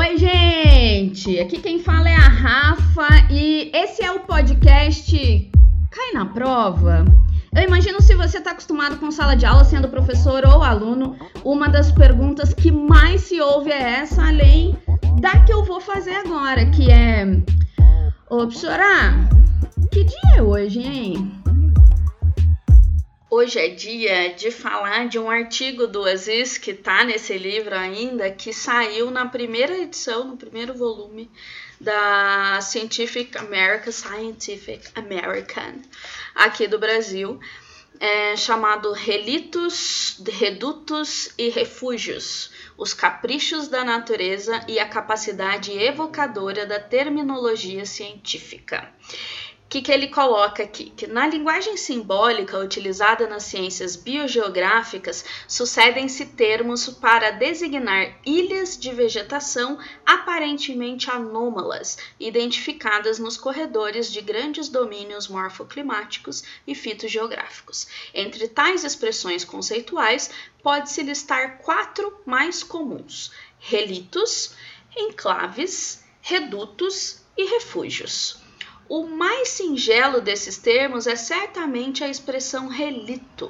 Oi, gente! Aqui quem fala é a Rafa e esse é o podcast Cai na Prova. Eu imagino, se você está acostumado com sala de aula, sendo professor ou aluno, uma das perguntas que mais se ouve é essa, além da que eu vou fazer agora, que é: ô, professora, que dia é hoje, hein? Hoje é dia de falar de um artigo do Aziz, que está nesse livro ainda, que saiu na primeira edição, no primeiro volume da Scientific American, aqui do Brasil, chamado Redutos e Refúgios, os caprichos da natureza e a capacidade evocadora da terminologia científica. O que ele coloca aqui? Que na linguagem simbólica utilizada nas ciências biogeográficas, sucedem-se termos para designar ilhas de vegetação aparentemente anômalas, identificadas nos corredores de grandes domínios morfoclimáticos e fitogeográficos. Entre tais expressões conceituais, pode-se listar 4 mais comuns: relitos, enclaves, redutos e refúgios. O mais singelo desses termos é certamente a expressão relicto,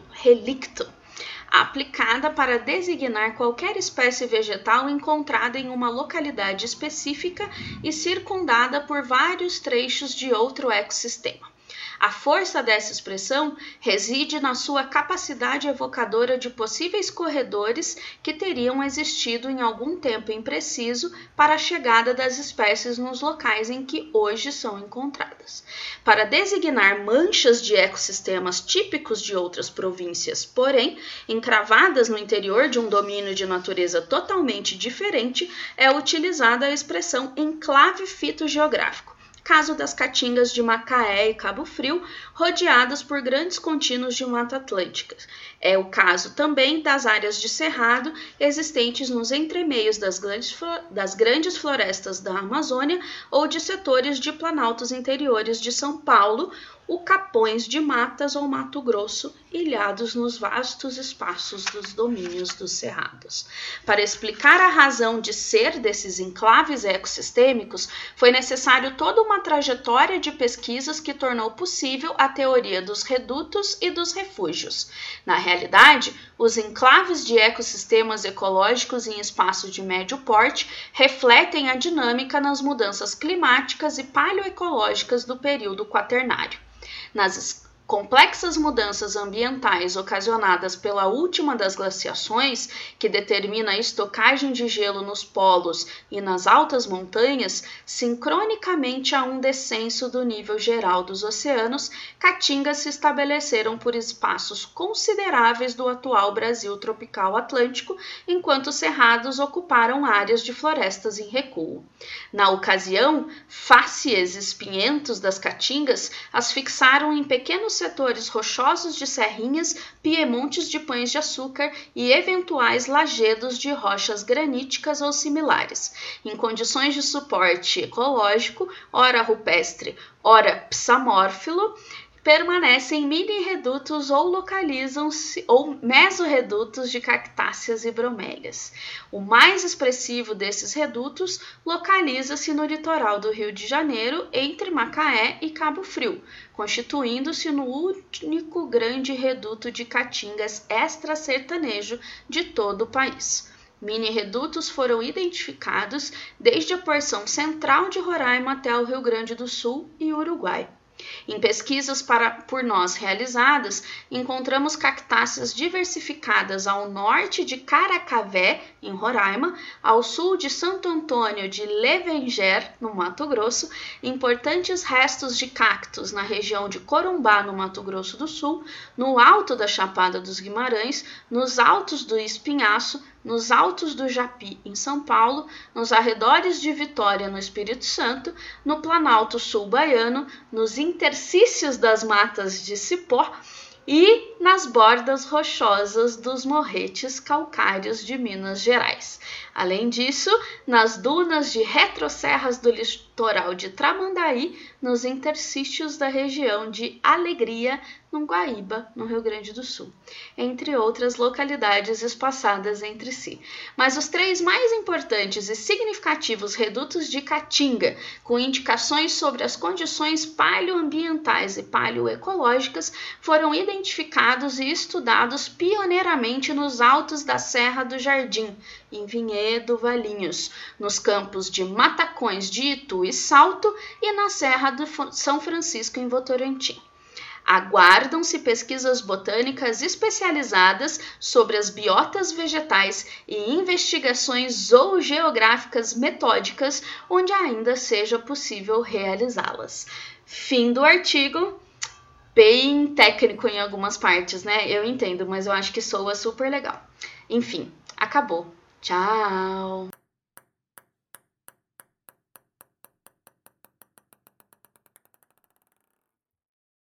aplicada para designar qualquer espécie vegetal encontrada em uma localidade específica e circundada por vários trechos de outro ecossistema. A força dessa expressão reside na sua capacidade evocadora de possíveis corredores que teriam existido em algum tempo impreciso para a chegada das espécies nos locais em que hoje são encontradas. Para designar manchas de ecossistemas típicos de outras províncias, porém, encravadas no interior de um domínio de natureza totalmente diferente, é utilizada a expressão enclave fitogeográfico. Caso das Caatingas de Macaé e Cabo Frio, rodeadas por grandes contínuos de Mata Atlântica. É o caso também das áreas de cerrado existentes nos entremeios das grandes florestas da Amazônia ou de setores de planaltos interiores de São Paulo, ou capões de matas ou Mato Grosso, ilhados nos vastos espaços dos domínios dos cerrados. Para explicar a razão de ser desses enclaves ecossistêmicos, foi necessário toda uma trajetória de pesquisas que tornou possível a teoria dos redutos e dos refúgios. Na realidade, os enclaves de ecossistemas ecológicos em espaços de médio porte refletem a dinâmica nas mudanças climáticas e paleoecológicas do período quaternário. Nas complexas mudanças ambientais ocasionadas pela última das glaciações, que determina a estocagem de gelo nos polos e nas altas montanhas, sincronicamente a um descenso do nível geral dos oceanos, caatingas se estabeleceram por espaços consideráveis do atual Brasil tropical atlântico, enquanto cerrados ocuparam áreas de florestas em recuo. Na ocasião, fáscies espinhentos das caatingas as fixaram em pequenos setores rochosos de serrinhas, piemontes de pães de açúcar e eventuais lajedos de rochas graníticas ou similares. Em condições de suporte ecológico, ora rupestre, ora psamórfilo, permanecem mini-redutos ou localizam-se ou mesorredutos de cactáceas e bromélias. O mais expressivo desses redutos localiza-se no litoral do Rio de Janeiro, entre Macaé e Cabo Frio, constituindo-se no único grande reduto de caatingas extra-sertanejo de todo o país. Mini-redutos foram identificados desde a porção central de Roraima até o Rio Grande do Sul e Uruguai. Em pesquisas por nós realizadas, encontramos cactáceas diversificadas ao norte de Caracavé, em Roraima, ao sul de Santo Antônio de Levenger, no Mato Grosso, importantes restos de cactos na região de Corumbá, no Mato Grosso do Sul, no alto da Chapada dos Guimarães, nos altos do Espinhaço, nos altos do Japi, em São Paulo, nos arredores de Vitória, no Espírito Santo, no Planalto Sul Baiano, nos interstícios das matas de Cipó e nas bordas rochosas dos morretes calcários de Minas Gerais. Além disso, nas dunas de retroserras do litoral de Tramandaí, nos interstícios da região de Alegria, no Guaíba, no Rio Grande do Sul, entre outras localidades espaçadas entre si. Mas os três mais importantes e significativos redutos de Caatinga, com indicações sobre as condições paleoambientais e paleoecológicas, foram identificados e estudados pioneiramente nos altos da Serra do Jardim, em Vinhedo, Valinhos, nos campos de Matacões de Itu e Salto e na Serra do São Francisco, em Votorantim. Aguardam-se pesquisas botânicas especializadas sobre as biotas vegetais e investigações zoogeográficas metódicas onde ainda seja possível realizá-las. Fim do artigo. Bem técnico em algumas partes, né? Eu entendo, mas eu acho que soa super legal. Enfim, acabou. Tchau!